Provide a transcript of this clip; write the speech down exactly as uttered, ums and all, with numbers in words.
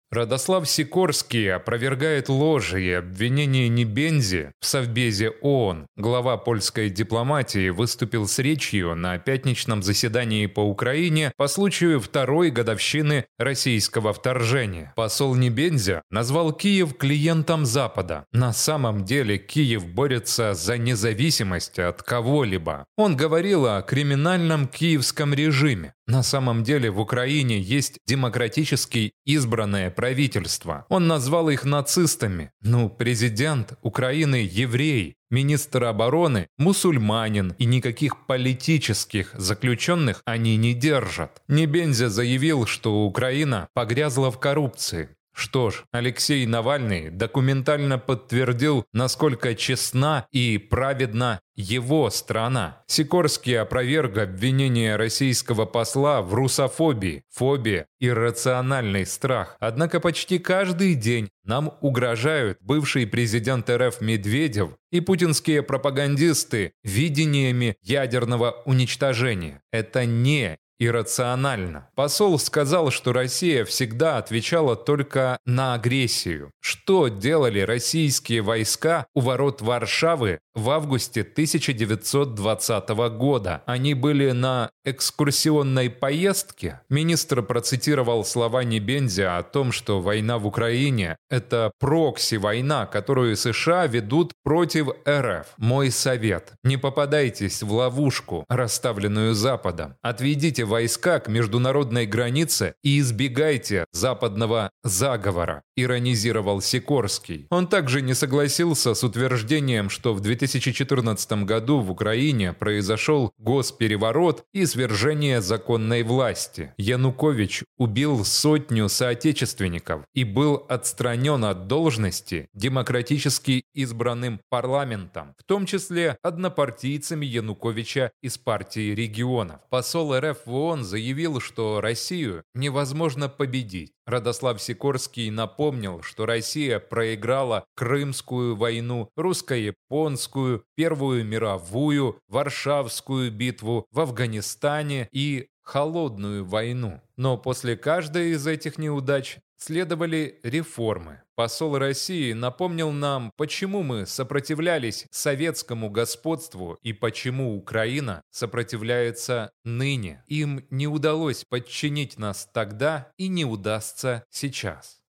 Радослав Сикорский опровергает ложи и обвинения Небензи в Совбезе ООН. Глава польской дипломатии выступил с речью на пятничном заседании по Украине по случаю второй годовщины российского вторжения. Посол Небензи назвал Киев клиентом Запада. На самом деле Киев борется за независимость от кого-либо. Он говорил о криминальном киевском режиме. На самом деле в Украине есть демократически избранное правительство. Он назвал их нацистами. Ну, президент Украины еврей, министр обороны мусульманин, и никаких политических заключенных они не держат. Небензи заявил, что Украина погрязла в коррупции. Что ж, Алексей Навальный документально подтвердил, насколько честна и праведна его страна. Сикорский опроверг обвинение российского посла в русофобии. Фобия – иррациональный страх. Однако почти каждый день нам угрожают бывший президент РФ Медведев и путинские пропагандисты видениями ядерного уничтожения. Это не иррационально. Посол сказал, что Россия всегда отвечала только на агрессию. Что делали российские войска у ворот Варшавы в августе тысяча девятьсот двадцатого года? Они были на экскурсионной поездке? Министр процитировал слова Небензи о том, что война в Украине – это прокси-война, которую США ведут против РФ. Мой совет – не попадайтесь в ловушку, расставленную Западом. Отведите войска к международной границе и избегайте западного заговора, иронизировал Сикорский. Он также не согласился с утверждением, что в две тысячи четырнадцатом году в Украине произошел госпереворот и свержение законной власти. Янукович убил сотню соотечественников и был отстранен от должности демократически избранным парламентом, в том числе однопартийцами Януковича из партии регионов. Посол РФ в ООН заявил, что Россию невозможно победить. Радослав Сикорский напомнил, что Россия проиграла Крымскую войну, русско-японскую, Первую мировую, Варшавскую битву в Афганистане и Холодную войну. Но после каждой из этих неудач следовали реформы. Посол России напомнил нам, почему мы сопротивлялись советскому господству и почему Украина сопротивляется ныне. Им не удалось подчинить нас тогда и не удастся сейчас.